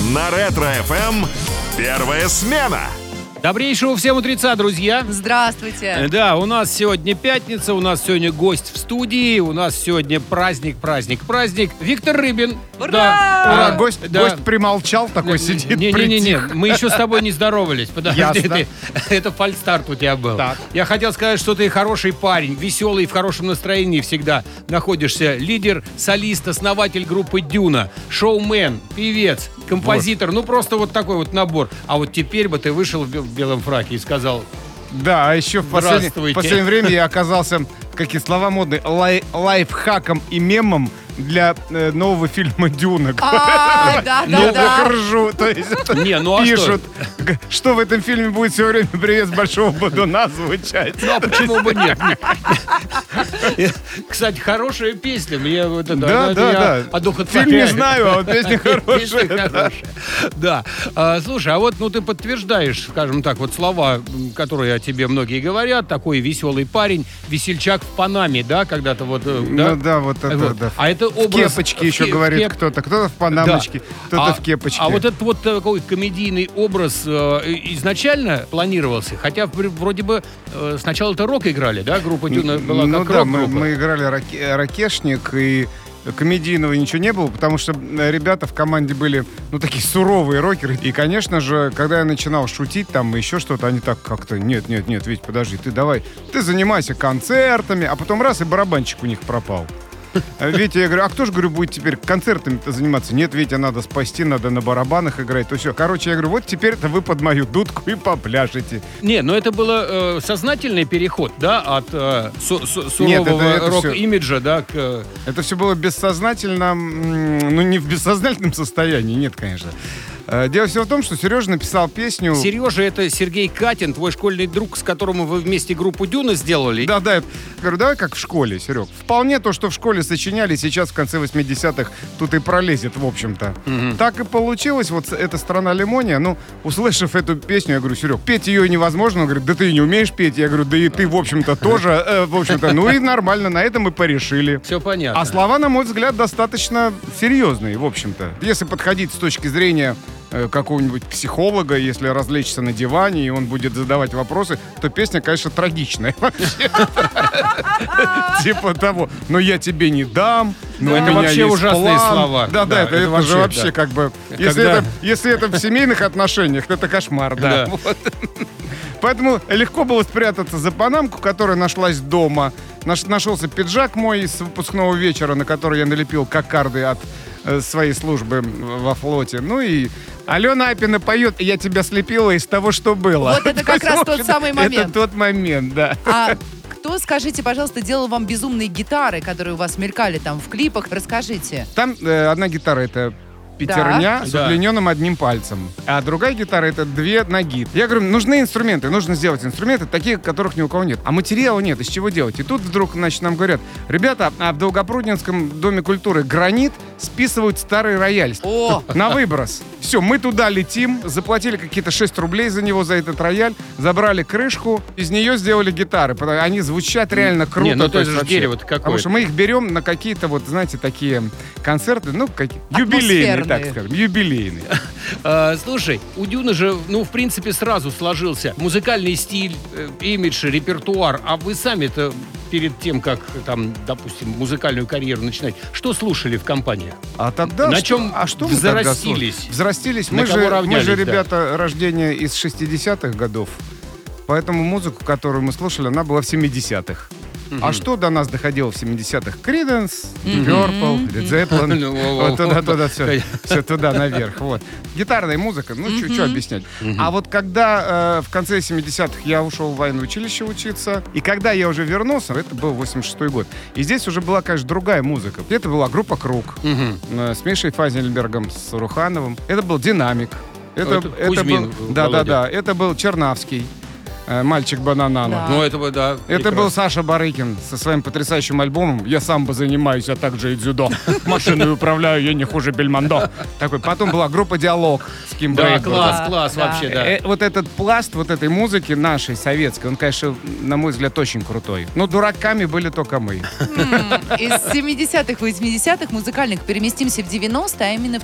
На Ретро-ФМ первая смена. Добрейшего всем утреца, друзья. Здравствуйте. Да, у нас сегодня пятница, у нас сегодня гость в студии, у нас сегодня праздник. Виктор Рыбин. Ура! Да. Ура, гость примолчал, такой сидит, Не, притих. мы еще с тобой не здоровались. Подожди, Ясно. это фальстарт у тебя был. Так. Я хотел сказать, что ты хороший парень, веселый, в хорошем настроении всегда находишься. Лидер, солист, основатель группы «Дюна», шоумен, певец, композитор. Ну, просто вот такой вот набор. А вот теперь бы ты вышел в белом фраке и сказал... Да, а еще в последнее время я оказался, какие слова модные, лайфхаком и мемом для нового фильма «Дюна». Да. Ржу. То есть Не, ну а пишут, что в этом фильме будет все время «Привет с Большого Бодуна» звучать. Ну, а почему бы нет? Кстати, хорошая песня. Мне вот это... Да. одухотворяет. Фильм не знаю, а вот песня хорошая. Песня хорошая. Да. Слушай, а вот ты подтверждаешь, скажем так, вот слова, которые о тебе многие говорят. Такой веселый парень, весельчак в Панаме, да, когда-то вот... Ну да, вот это, да. А это В образ... кепочке еще говорит кто-то в панамочке, кто-то в кепочке. А вот этот вот такой комедийный образ изначально планировался, хотя вроде бы сначала это рок играли, да, группа «Дюна» была как рок-группа. Мы играли ракешник, и комедийного ничего не было, потому что ребята в команде были, такие суровые рокеры. И, конечно же, когда я начинал шутить там еще что-то, они так как-то, нет, Вить, подожди, ты занимайся концертами, а потом раз, и барабанчик у них пропал. Витя, я говорю, а кто же, будет теперь концертами-то заниматься? Нет, Витя, надо спасти, надо на барабанах играть, то все. Короче, я говорю, вот теперь-то вы под мою дудку и попляшете. Не, но это был сознательный переход, да, от сурового рок-имиджа, да, к... Это все было бессознательно, не в бессознательном состоянии, нет, конечно. Дело все в том, что Сережа написал песню... Сережа — это Сергей Катин, твой школьный друг, с которым вы вместе группу «Дюна» сделали. Да, я говорю, давай как в школе, Серег. Вполне то, что в школе сочиняли, сейчас в конце 80-х тут и пролезет, в общем-то. Угу. Так и получилось, вот эта «Страна лимония», услышав эту песню, я говорю, Серег, петь ее невозможно. Он говорит, да ты не умеешь петь. Я говорю, да и ты, в общем-то, тоже, и нормально, на этом мы порешили. Все понятно. А слова, на мой взгляд, достаточно серьезные, в общем-то. Если подходить с точки зрения какого-нибудь психолога, если развлечься на диване, и он будет задавать вопросы, то песня, конечно, трагичная вообще. Типа того, но я тебе не дам, но это вообще ужасные слова. Да, это же вообще как бы... Если это в семейных отношениях, то это кошмар, да. Поэтому легко было спрятаться за панамку, которая нашлась дома. Нашелся пиджак мой из выпускного вечера, на который я налепил кокарды от своей службы во флоте. И Алена Апина поет «Я тебя слепила из того, что было». Вот это как раз тот самый момент. Это тот момент, да. А кто, скажите, пожалуйста, делал вам безумные гитары, которые у вас мелькали там в клипах? Расскажите. Там одна гитара — это пятерня с удлиненным одним пальцем. А другая гитара — это 2 ноги. Я говорю, нужны инструменты, нужно сделать инструменты, такие, которых ни у кого нет. А материала нет, из чего делать? И тут вдруг, нам говорят, ребята, а в Долгопрудненском доме культуры «Гранит» списывают старый рояль на выброс. Все, мы туда летим, заплатили какие-то 6 рублей за него, за этот рояль, забрали крышку, из нее сделали гитары. Они звучат реально круто. Не, то есть же дерево какое-то. Потому что мы их берем на какие-то, знаете, такие концерты, юбилейные. Так скажем, юбилейный. Слушай, у «Дюны» же, в принципе, сразу сложился музыкальный стиль, имидж, репертуар. А вы сами-то перед тем, как, допустим, музыкальную карьеру начинать, что слушали в компании? А тогда на чем что взрастились? Взрастились. Мы же ребята рождения из 60-х годов. Поэтому музыку, которую мы слушали, она была в 70-х. А что до нас доходило в 70-х? Creedence, Purple, Led Zeppelin. Вот туда, все туда наверх. Вот. Гитарная музыка, что объяснять. А вот когда в конце 70-х я ушел в военное училище учиться, и когда я уже вернулся, это был 86-й год, и здесь уже была, конечно, другая музыка. Это была группа «Круг» с Мишей Файзенбергом, с Рухановым. Это был «Динамик». Это Кузьмин, был, да, это был Чернавский. «Мальчик-бананана». Да. Ну, это бы, да. Это был Саша Барыкин со своим потрясающим альбомом «Я самбо занимаюсь, а также и дзюдо. Машиной управляю, я не хуже Бельмондо». Такой. Потом была группа «Диалог» с Ким Да, Брейдбургом. класс Да. вообще, да. Вот этот пласт вот этой музыки нашей, советской, он, конечно, на мой взгляд, очень крутой. Но дураками были только мы. Из 70-х и 80-х музыкальных переместимся в 90-е, а именно в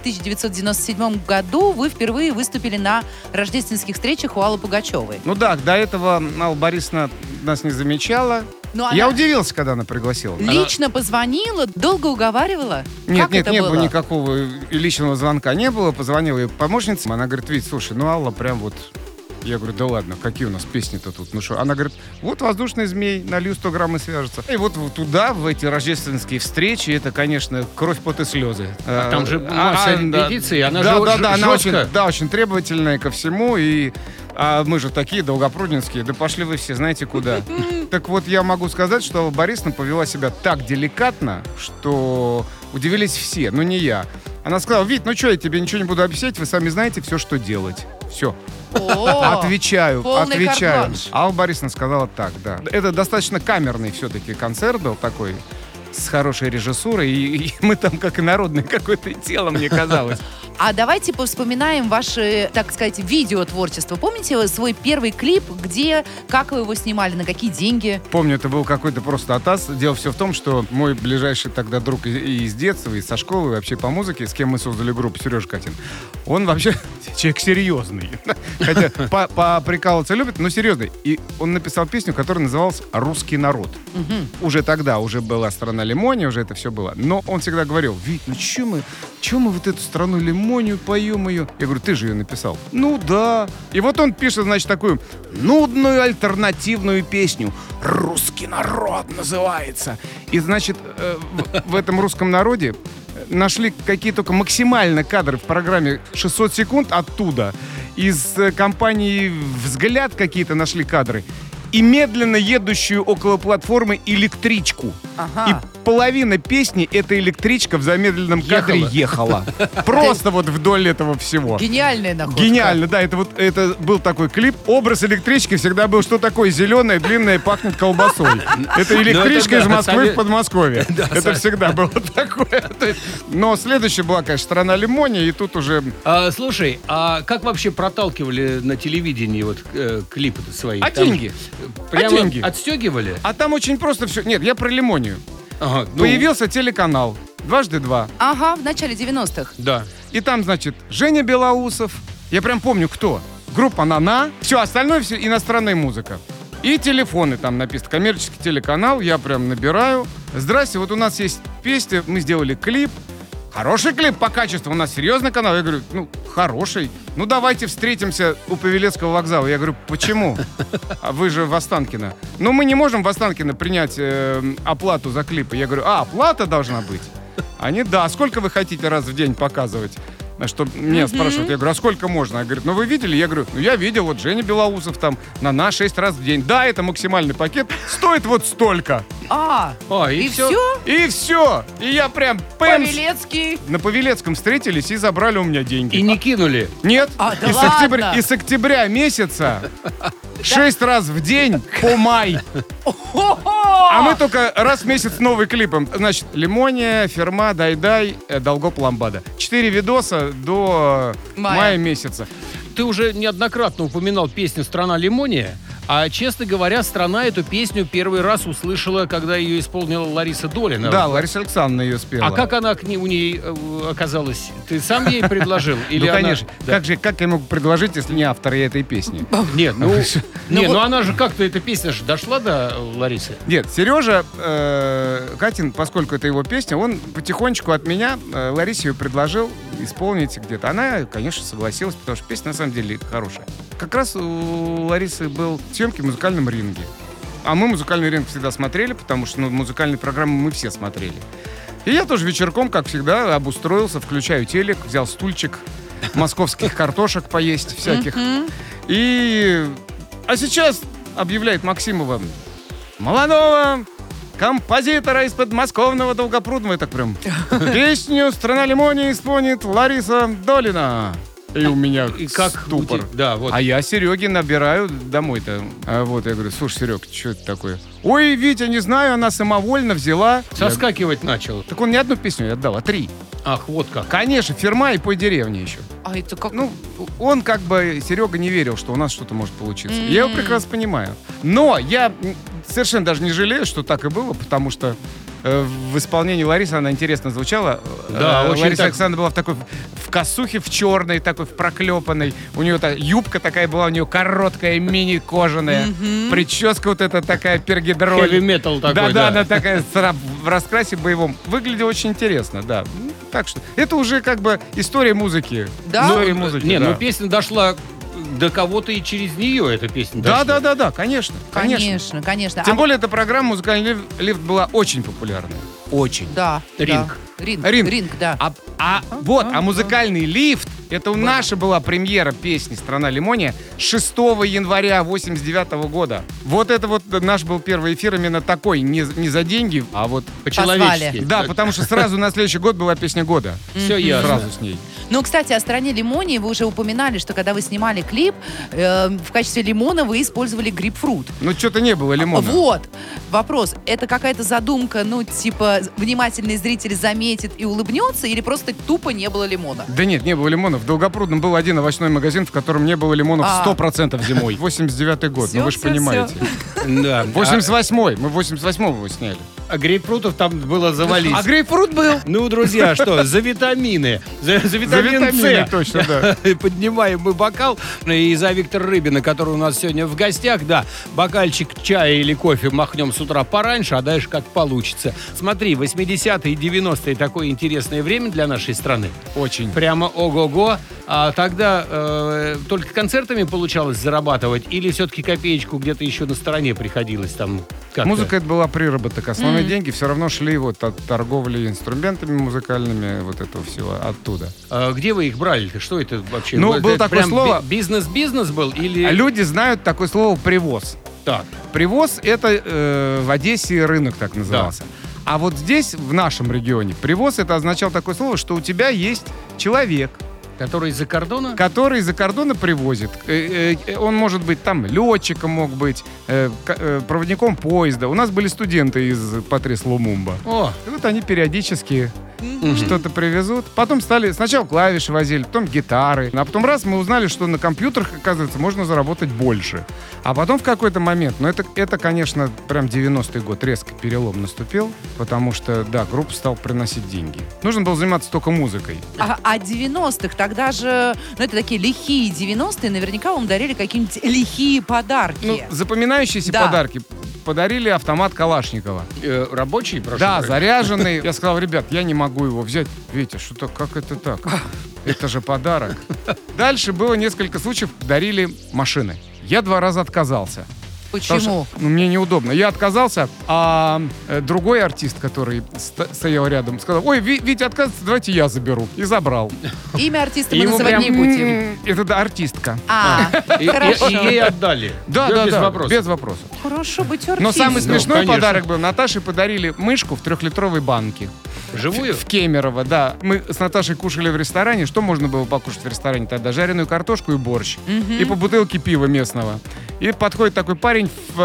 1997 году вы впервые выступили на рождественских встречах у Аллы Пугачевой. Ну да, до этого Алла Борисовна нас не замечала. Но Я она удивился, когда она пригласила. лично позвонила, долго уговаривала. Нет, Как нет, это не было? было никакого личного звонка, не было. Позвонила ее помощница, она говорит: Вить, слушай, ну Алла прям вот... Я говорю: да ладно, какие у нас песни-то тут? Ну что? Она говорит: вот «Воздушный змей», налью 100 грамм и свяжется. И вот туда, в эти рождественские встречи, это, конечно, кровь, пот и слезы. Там же масса репетиций, она же она жестко. очень требовательная ко всему, и мы же такие долгопрудненские, да пошли вы все знаете куда. Так вот, я могу сказать, что Алла Борисовна повела себя так деликатно, что удивились все, но не я. Она сказала: Вить, ну что, я тебе ничего не буду объяснять, вы сами знаете все, что делать. Все. О, Отвечаю. полный карт-бланш. Алла Борисовна сказала так, да. Это достаточно камерный все-таки концерт был такой, с хорошей режиссурой, и мы там как инородное какое-то тело, мне казалось. А давайте повспоминаем ваше, так сказать, видеотворчество. Помните свой первый клип, где, как вы его снимали, на какие деньги? Помню, это был какой-то просто атас. Дело все в том, что мой ближайший тогда друг и из детства, и со школы, и вообще по музыке, с кем мы создали группу, Сережа Катин, он вообще человек серьезный. Хотя поприкалываться любит, но серьезный. И он написал песню, которая называлась «Русский народ». Уже тогда, уже была «Страна лимония», уже это все было. Но он всегда говорил: Вить, ну че мы вот эту «Страну лимонию» поем ее? Я говорю: ты же ее написал. Ну да. И вот он пишет, значит, такую нудную альтернативную песню. «Русский народ» называется. И, значит, в этом русском народе нашли какие только максимально кадры в программе 600 секунд оттуда. Из компании «Взгляд» какие-то нашли кадры. И медленно едущую около платформы электричку. Ага. И половина песни эта электричка в замедленном кадре ехала. Просто вот вдоль этого всего. Гениальная находка. Гениально, да, это был такой клип. Образ электрички всегда был, что такое зеленое, длинное, пахнет колбасой. Это электричка из Москвы в Подмосковье. Это всегда было такое. Но следующая была, конечно, «Страна лимония», и тут уже... Слушай, а как вообще проталкивали на телевидении вот клипы-то свои? А Там деньги? Прямо деньги? отстегивали? А там очень просто все. Нет, я про лимонию. Ага, ну, Появился телеканал «Дважды два». Ага, в начале 90-х. да. И там, значит, Женя Белоусов. Я прям помню, кто. Группа «На-на». Все, остальное все иностранная музыка. И телефоны там написано. Коммерческий телеканал. Я прям набираю. Здрасте, вот у нас есть песня. Мы сделали клип. Хороший клип по качеству. У нас серьезный канал. Я говорю: ну, хороший. Ну, давайте встретимся у Павелецкого вокзала. Я говорю: почему? А вы же в Останкино. Ну, мы не можем в Останкино принять оплату за клипы. Я говорю: оплата должна быть. Они: да. Сколько вы хотите раз в день показывать? Что меня спрашивают. Я говорю: а сколько можно? Я говорю: ну вы видели? Я говорю: ну я видел, вот Женя Белоусов там на 6 раз в день. Да, это максимальный пакет, стоит вот столько. И и всё? все? И все. И я прям пэмс. Павелецкий. На Павелецком встретились и забрали у меня деньги. И не кинули. Нет. А, да и, ладно? и с октября месяца 6 раз в день по май. А мы только раз в месяц новый клип. Значит, «Лимония», «Ферма», «Дай-дай», «Долгоп», «Ламбада». 4 видоса до мая месяца. Ты уже неоднократно упоминал песню «Страна лимония», а, честно говоря, страна эту песню первый раз услышала, когда ее исполнила Лариса Долина. Да, Лариса Александровна ее спела. А как она у ней оказалась? Ты сам ей предложил? Или Ну, она- конечно. Да. Как я могу предложить, если не автор этой песни? Нет, ну она же как-то, эта песня же дошла до Ларисы. Нет, Сережа Катин, поскольку это его песня, он потихонечку от меня Ларисе ее предложил исполнить где-то. Она, конечно, согласилась, потому что песня на самом деле хорошая. Как раз у Ларисы был съемки в музыкальном ринге. А мы музыкальный ринг всегда смотрели, потому что музыкальные программы мы все смотрели. И я тоже вечерком, как всегда, обустроился, включаю телек, взял стульчик, московских картошек поесть всяких. А сейчас объявляет Максимова: молодого композитора из подмосковного Долгопрудного. И так прям: песню «Страна лимония» исполнит Лариса Долина. И у меня И как ступор. Да, вот. А я Сереге набираю домой-то. Вот, я говорю, слушай, Серег, что это такое? Ой, Витя, не знаю, она самовольно взяла. Соскакивать начал. Так он не одну песню ей отдал, а 3. Ах, вот как. Конечно, «Ферма» и «Пой деревне» еще. А это как? Ну, он как бы, Серега не верил, что у нас что-то может получиться. Я его прекрасно понимаю. Но я совершенно даже не жалею, что так и было, потому что в исполнении Ларисы она интересно звучала. Да, очень Лариса так. Александровна была в такой в косухе, в черной, такой в проклепанной. У нее юбка такая была, у нее короткая, мини-кожаная. Прическа вот эта такая пергидроль. Хэви-метал такой, Да, она такая в раскрасе боевом. Выглядела очень интересно, да. Так что это уже как бы история музыки. Да? История музыки, Не, да. ну песня дошла до кого-то и через нее эта песня Да, дошла. да, конечно. Конечно. Тем более эта программа «Музыкальный лифт» была очень популярной. Очень. Да. Ринг. Да. Ринг, да. А музыкальный лифт, это наша была премьера песни «Страна лимония» 6 января 89 года. Вот это вот наш был первый эфир именно такой, не за деньги, а вот По-человечески. да, потому что сразу на следующий год была песня года. Все ясно. Сразу с ней. Ну, кстати, о «Стране лимонии» вы уже упоминали, что когда вы снимали клип, в качестве лимона вы использовали грейпфрут. Ну, что-то не было лимона. Вот. Вопрос. Это какая-то задумка, ну, типа, внимательный зритель заметит и улыбнется, или просто тупо не было лимона? Да нет, не было лимонов. В Долгопрудном был один овощной магазин, в котором не было лимонов 100% зимой. 89-й год, Всё, ну вы же всё, понимаете. Да. 88-й, мы 88-го его сняли. А грейпфрутов там было завались. А грейпфрут был? Ну, друзья, что, за витамины. За витамин витамины, С. точно, да. Поднимаем мы бокал. И за Виктора Рыбина, который у нас сегодня в гостях, да, бокальчик чая или кофе махнем с утра пораньше, а дальше как получится. Смотри, 80-е и 90-е такое интересное время для нашей страны. Очень. Прямо ого-го. А тогда только концертами получалось зарабатывать или все-таки копеечку где-то еще на стороне приходилось там как-то? Музыка это была приработок. Основные деньги все равно шли вот от торговли инструментами музыкальными, вот этого всего оттуда. А где вы их брали-то? Что это вообще? Ну, Вот было это такое прям слово. Бизнес был или... А люди знают такое слово «привоз». Так. Привоз — это в Одессе рынок так назывался. А вот здесь, в нашем регионе, привоз — это означало такое слово, что у тебя есть человек, Который из-за кордона? который из-за кордона привозит. Он может быть там летчиком, мог быть проводником поезда. У нас были студенты из Патрис Лумумба. О, И вот они периодически что-то привезут. Потом стали... Сначала клавиши возили, потом гитары. А потом раз мы узнали, что на компьютерах, оказывается, можно заработать больше. А потом в какой-то момент... Ну, это конечно, прям 90-й год резко перелом наступил. Потому что, да, группа стала приносить деньги. Нужно было заниматься только музыкой. А 90-х тогда же, ну, это такие лихие 90-е, наверняка вам дарили какие-нибудь лихие подарки. Ну, запоминающиеся Да. подарки. Подарили автомат Калашникова. рабочий, прошу. Да, прощения. заряженный. Я сказал, ребят, я не могу его взять. Витя, что-то, как это так? Это же подарок. Дальше было несколько случаев, дарили машины. Я 2 раза отказался. Потому Почему? что, мне неудобно. Я отказался, а другой артист, который стоял рядом, сказал: ой, Витя отказывается, давайте я заберу. И забрал. Имя артиста мы Ему называть прям, не будем. Это да, артистка. И Хорошо. ей отдали. Да, без да, вопросов. без вопросов. Хорошо быть артистом. Но самый смешной конечно. подарок был: Наташе подарили мышку в 3-литровой банке. Живую? В Кемерово, да. Мы с Наташей кушали в ресторане. Что можно было покушать в ресторане тогда? Жареную картошку и борщ. И по бутылке пива местного. И подходит такой парень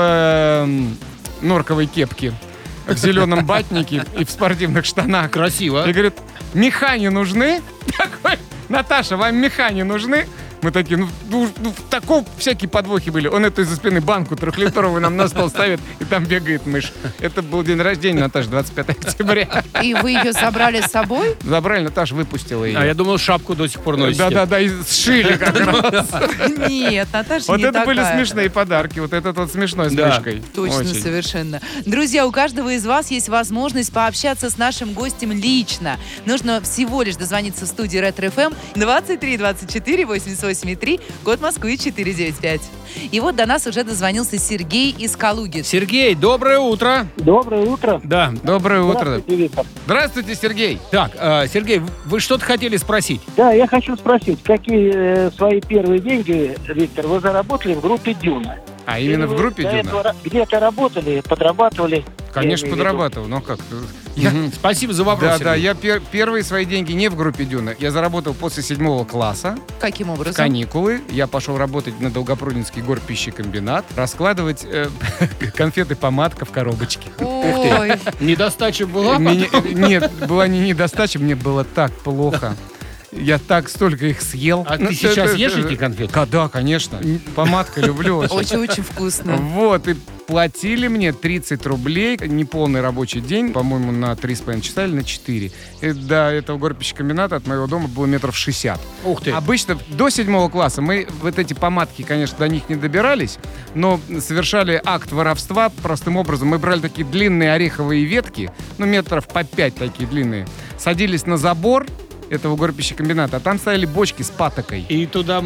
в норковой кепке, в зеленом батнике и в спортивных штанах. Красиво. И говорит: меха не нужны? Такой: Наташа, вам меха не нужны? Мы такие, ну, в таком всякие подвохи были. Он это из-за спины банку 3-литровую нам на стол ставит, и там бегает мышь. Это был день рождения Наташи, 25 октября. И вы ее забрали с собой? Забрали, Наташа выпустила ее. А я думал, шапку до сих пор носите. Да-да-да, и сшили как раз. Нет, Наташа Вот не это были такая. смешные подарки. Вот этот вот смешной с Да. мышкой. Точно, Очень. совершенно. Друзья, у каждого из вас есть возможность пообщаться с нашим гостем лично. Нужно всего лишь дозвониться в студию Ретро-ФМ 23 24 88,3, код Москвы 495. И вот до нас уже дозвонился Сергей из Калуги. Сергей, доброе утро. Доброе утро. Да. Доброе утро. Здравствуйте, Виктор. Здравствуйте, Сергей. Так, Сергей, вы что-то хотели спросить? Да, я хочу спросить, какие свои первые деньги, Виктор, вы заработали в группе «Дюна»? А именно Или в вы группе до «Дюна»? этого где-то работали, подрабатывали? Конечно, я имею в виду. подрабатывал. Ну как? Спасибо за вопрос. Да, Сергей. я первые свои деньги не в группе Дюна. Я заработал после 7 класса. Каким образом? Каникулы. Я пошел работать на Долгопрудненский горпищекомбинат, раскладывать конфеты-помадка в коробочке. Ой, Недостача была? Нет, была не недостача, мне было так плохо. Я так столько их съел. А ты сейчас ешь эти конфеты? Да, конечно. Помадка люблю очень. очень-очень вкусно. Вот, и платили мне 30 рублей, неполный рабочий день, по-моему, на 3,5 часа или на 4. И до этого горпищекомбината от моего дома было метров 60. Ух ты. Обычно до 7 класса мы вот эти помадки, конечно, до них не добирались, но совершали акт воровства простым образом. Мы брали такие длинные ореховые ветки, метров по 5 такие длинные, садились на забор этого горпищекомбината, а там стояли бочки с патокой. И туда...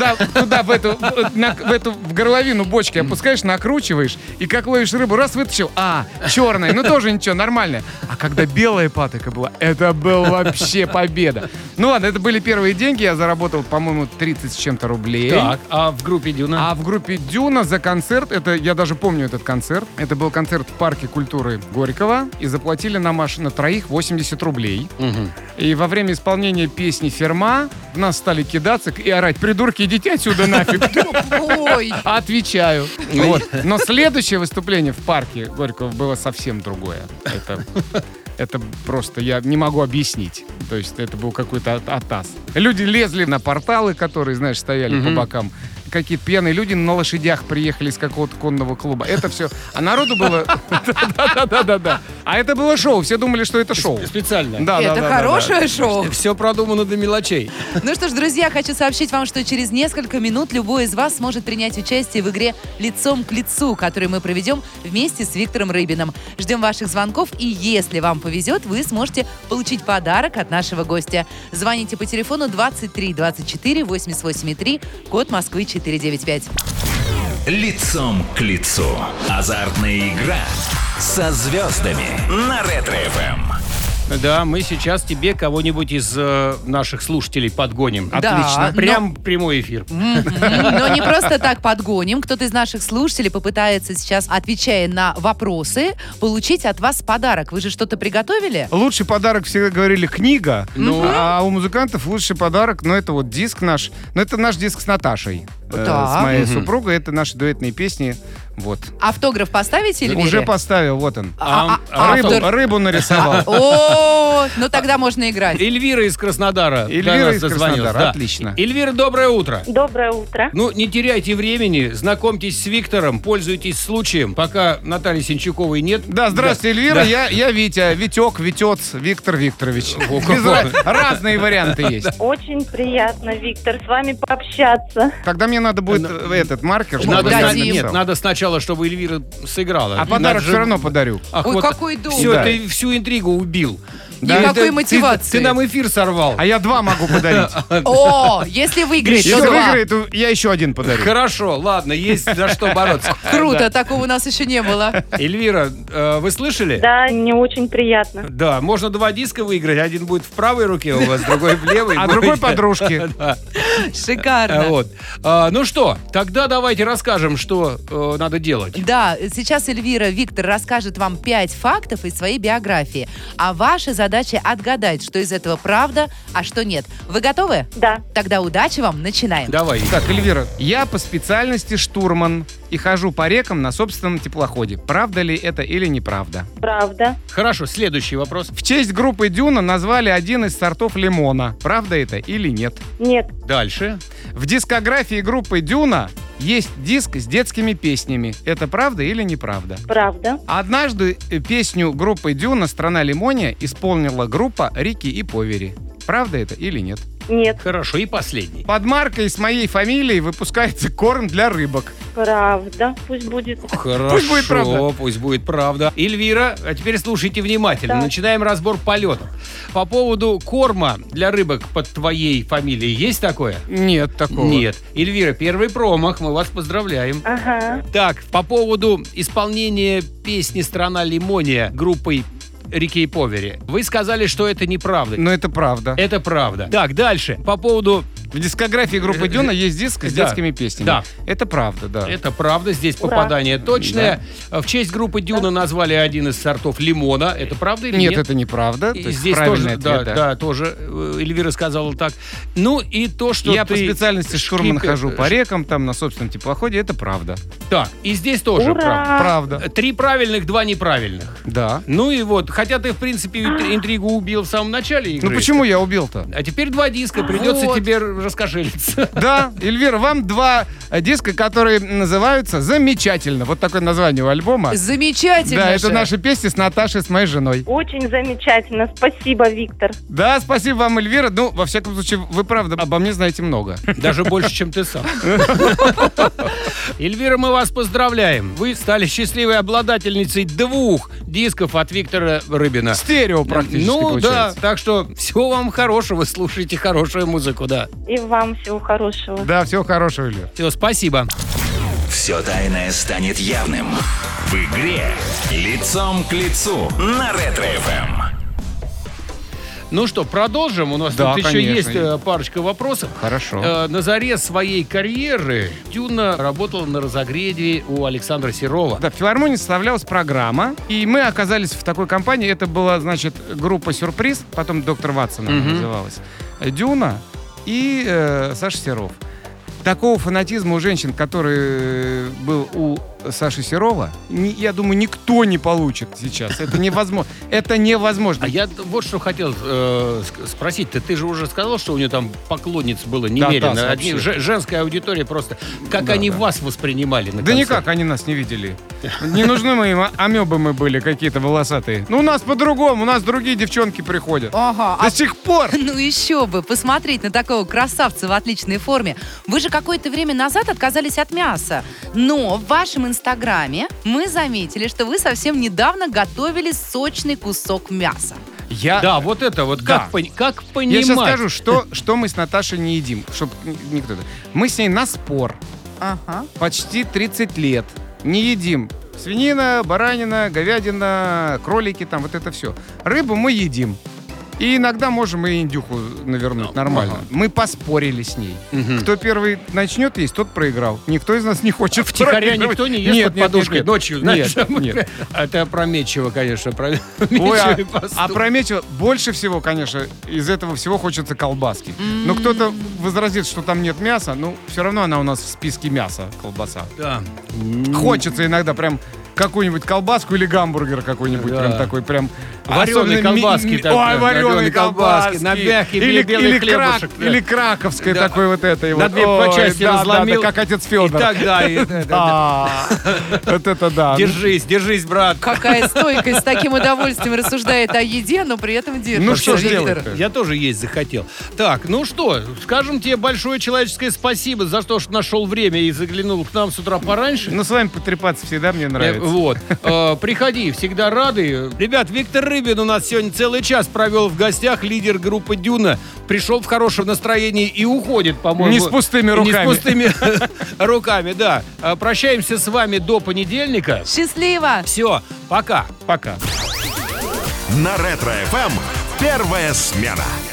В горловину бочки опускаешь, накручиваешь, и как ловишь рыбу, раз вытащил, черная, тоже ничего, нормально. А когда белая патока была, это была вообще победа. Ну ладно, это были первые деньги, я заработал, по-моему, 30 с чем-то рублей. Так, а в группе Дюна? А в группе Дюна за концерт, я даже помню этот концерт, это был концерт в парке культуры Горького, и заплатили нам аж на троих 80 рублей. Мгм. И во время исполнения песни «Ферма» в нас стали кидаться и орать: «Придурки, идите отсюда нафиг!» Ой, Отвечаю. Вот. Но следующее выступление в парке Горького было совсем другое. Это просто я не могу объяснить. То есть это был какой-то атас. Люди лезли на порталы, которые, знаешь, стояли по бокам. Какие-то пьяные люди на лошадях приехали из какого-то конного клуба. Это все. А народу было... Да. А это было шоу. Все думали, что это шоу. Специально. Да. это хорошее шоу. Все продумано до мелочей. Ну что ж, друзья, хочу сообщить вам, что через несколько минут любой из вас сможет принять участие в игре «Лицом к лицу», которую мы проведем вместе с Виктором Рыбиным. Ждем ваших звонков, и если вам повезет, вы сможете получить подарок от нашего гостя. Звоните по телефону 23 24 88 3, код Москвы 495. Лицом к лицу. Азартная игра со звездами на Ретро-ФМ. Да, мы сейчас тебе кого-нибудь из наших слушателей подгоним. Да, Отлично. Прям прямой эфир. Но не просто так подгоним. Кто-то из наших слушателей попытается сейчас, отвечая на вопросы, получить от вас подарок. Вы же что-то приготовили? Лучший подарок, всегда говорили, книга. А у музыкантов лучший подарок, это вот диск наш. Это наш диск с Наташей. Да. С моей супругой. Это наши дуэтные песни. Вот. Автограф поставите, Эльвире? Уже поставил, вот он. Автор. Рыбу нарисовал. О, ну тогда можно играть. Эльвира из Краснодара. Эльвира из Краснодара, отлично. Эльвира, доброе утро. Доброе утро. Ну, не теряйте времени, знакомьтесь с Виктором, пользуйтесь случаем, пока Натальи Синчуковой нет. Да, здравствуйте, Эльвира, Да. я Витя, Витек, Витец, Виктор Викторович. Разные варианты есть. Очень приятно, Виктор, с вами пообщаться. Тогда мне надо будет этот маркер, чтобы Надо, я Погоди. написал. нет, надо сначала, чтобы Эльвира сыграла. А подарок все равно подарю. Ах, Ой, вот какой дом. Все, Да. ты всю интригу убил. Никакой Ты мотивации. нам эфир сорвал. А я 2 могу подарить. О, если выиграет, Если то 2. выиграет, то я еще 1 подарю. Хорошо, ладно, есть за что бороться. Круто, такого у нас еще не было. Да. Эльвира, вы слышали? Да, мне очень приятно. Да, можно 2 диска выиграть. Один будет в правой руке у вас, другой в левой. А другой подружке. Да. Шикарно. Вот. Ну что, тогда давайте расскажем, что надо делать. Да, сейчас Эльвира, Виктор расскажет вам 5 фактов из своей биографии. А ваша задача отгадать, что из этого правда, а что нет. Вы готовы? Да. Тогда удачи вам, начинаем. Давай. Так, Эльвира, я по специальности штурман и хожу по рекам на собственном теплоходе. Правда ли это или неправда? Правда. Хорошо, следующий вопрос. В честь группы Дюна назвали один из сортов лимона. Правда это или нет? Нет. Дальше. В дискографии группы Дюна есть диск с детскими песнями. Это правда или неправда? Правда. Однажды песню группы Дюна «Страна лимония» исполнила группа Рики и Повери. Правда это или нет? Нет. Хорошо, и последний. Под маркой с моей фамилией выпускается корм для рыбок. Правда. Пусть будет. Хорошо, Пусть будет правда. Пусть будет правда. Эльвира, а теперь слушайте внимательно. Да. Начинаем разбор полетов. По поводу корма для рыбок под твоей фамилией есть такое? Нет такого. Нет. Эльвира, первый промах, мы вас поздравляем. Ага. Так, по поводу исполнения песни «Страна лимония» группой Рики и Повери. Вы сказали, что это неправда. Но это правда. Это правда. Так, дальше. По поводу В дискографии группы Дюна есть диск с детскими песнями. Да. Это правда, да. Это правда, здесь попадание точное. В честь группы Дюна назвали один из сортов лимона. Это правда или нет? Нет, это неправда. И здесь тоже, тоже Эльвира сказала так. Ну и то, что я по специальности штурман хожу по рекам, там на собственном теплоходе, это правда. Так, и здесь тоже правда. 3 правильных, 2 неправильных. Да. Ну и вот, хотя ты, в принципе, интригу убил в самом начале игры. Ну почему я убил-то? А теперь 2 диска, придется тебе раскошелиться. Да, Эльвира, вам 2 диска, которые называются «Замечательно». Вот такое название у альбома. Замечательно. Да, это наши песни с Наташей, с моей женой. Очень замечательно. Спасибо, Виктор. Да, спасибо вам, Эльвира. Ну, во всяком случае, вы, правда, обо мне знаете много. Даже больше, чем ты сам. Эльвира, мы вас поздравляем. Вы стали счастливой обладательницей 2 дисков от Виктора Рыбина. Стерео практически получается. Да, так что всего вам хорошего. Слушайте хорошую музыку, да. И вам всего хорошего. Да, всего хорошего, Эльвира. Все, спасибо. Все тайное станет явным в игре «Лицом к лицу» на Ретро-ФМ. Ну что, продолжим? У нас тут еще есть парочка вопросов. Хорошо. На заре своей карьеры Дюна работала на разогреве у Александра Серова. Да, в филармонии составлялась программа, и мы оказались в такой компании. Это была, значит, группа «Сюрприз», потом «Доктор Ватсон» она называлась. Дюна и Саша Серов. Такого фанатизма у женщин, который был у Саши Серова, я думаю, никто не получит сейчас. Это невозможно. Это невозможно. А я вот что хотел спросить-то. Ты же уже сказал, что у нее там поклонниц было немерено. Да, женская аудитория просто. Как они вас воспринимали на Да концерте? никак они нас не видели. Не нужны мы им, амебы мы были какие-то волосатые. Ну, у нас по-другому, у нас другие девчонки приходят. Ага. До сих пор. Ну еще бы, посмотреть на такого красавца в отличной форме. Вы же какое-то время назад отказались от мяса. Но в вашем инстаграме мы заметили, что вы совсем недавно готовили сочный кусок мяса. Да, вот это вот, Да. как понимать? Я сейчас скажу, что мы с Наташей не едим. Чтоб никто... Мы с ней на спор. Ага. Почти 30 лет. Не едим свинина, баранина, говядина, кролики, там вот это все. Рыбу мы едим. И иногда можем и индюху навернуть нормально. Мы поспорили с ней. Кто первый начнет есть, тот проиграл. Никто из нас не хочет Втихаря проигрывать. никто не ест под подушкой нет. ночью, знаешь? Нет. Это опрометчиво, конечно. Ой, опрометчиво. Больше всего, конечно, из этого всего хочется колбаски. Но кто-то возразит, что там нет мяса, ну, все равно она у нас в списке мяса, колбаса. Да. Хочется иногда прям какую-нибудь колбаску или гамбургер какой-нибудь, Да. прям такой прям... Вареные колбаски. Ой, вареные колбаски. На мягкий Или хлебушек. или краковской Да. такой вот этой. На вот. две по части да, разломил. да, как отец И Федор. так, да. Вот это да. Держись, брат. Какая стойкость, с таким удовольствием рассуждает о еде, но при этом держится. Ну что ж Виктор. делать-то? Я тоже есть захотел. Так, ну что, скажем тебе большое человеческое спасибо за то, что нашел время и заглянул к нам с утра пораньше. Ну, с вами потрепаться всегда мне нравится. Вот. Приходи, всегда рады. Ребят, Виктор Рыбин у нас сегодня целый час провел в гостях, лидер группы Дюна. Пришел в хорошем настроении и уходит, по-моему. Не с пустыми руками. Не с пустыми руками, да. Прощаемся с вами до понедельника. Счастливо! Все, пока. Пока. На Ретро-ФМ первая смена.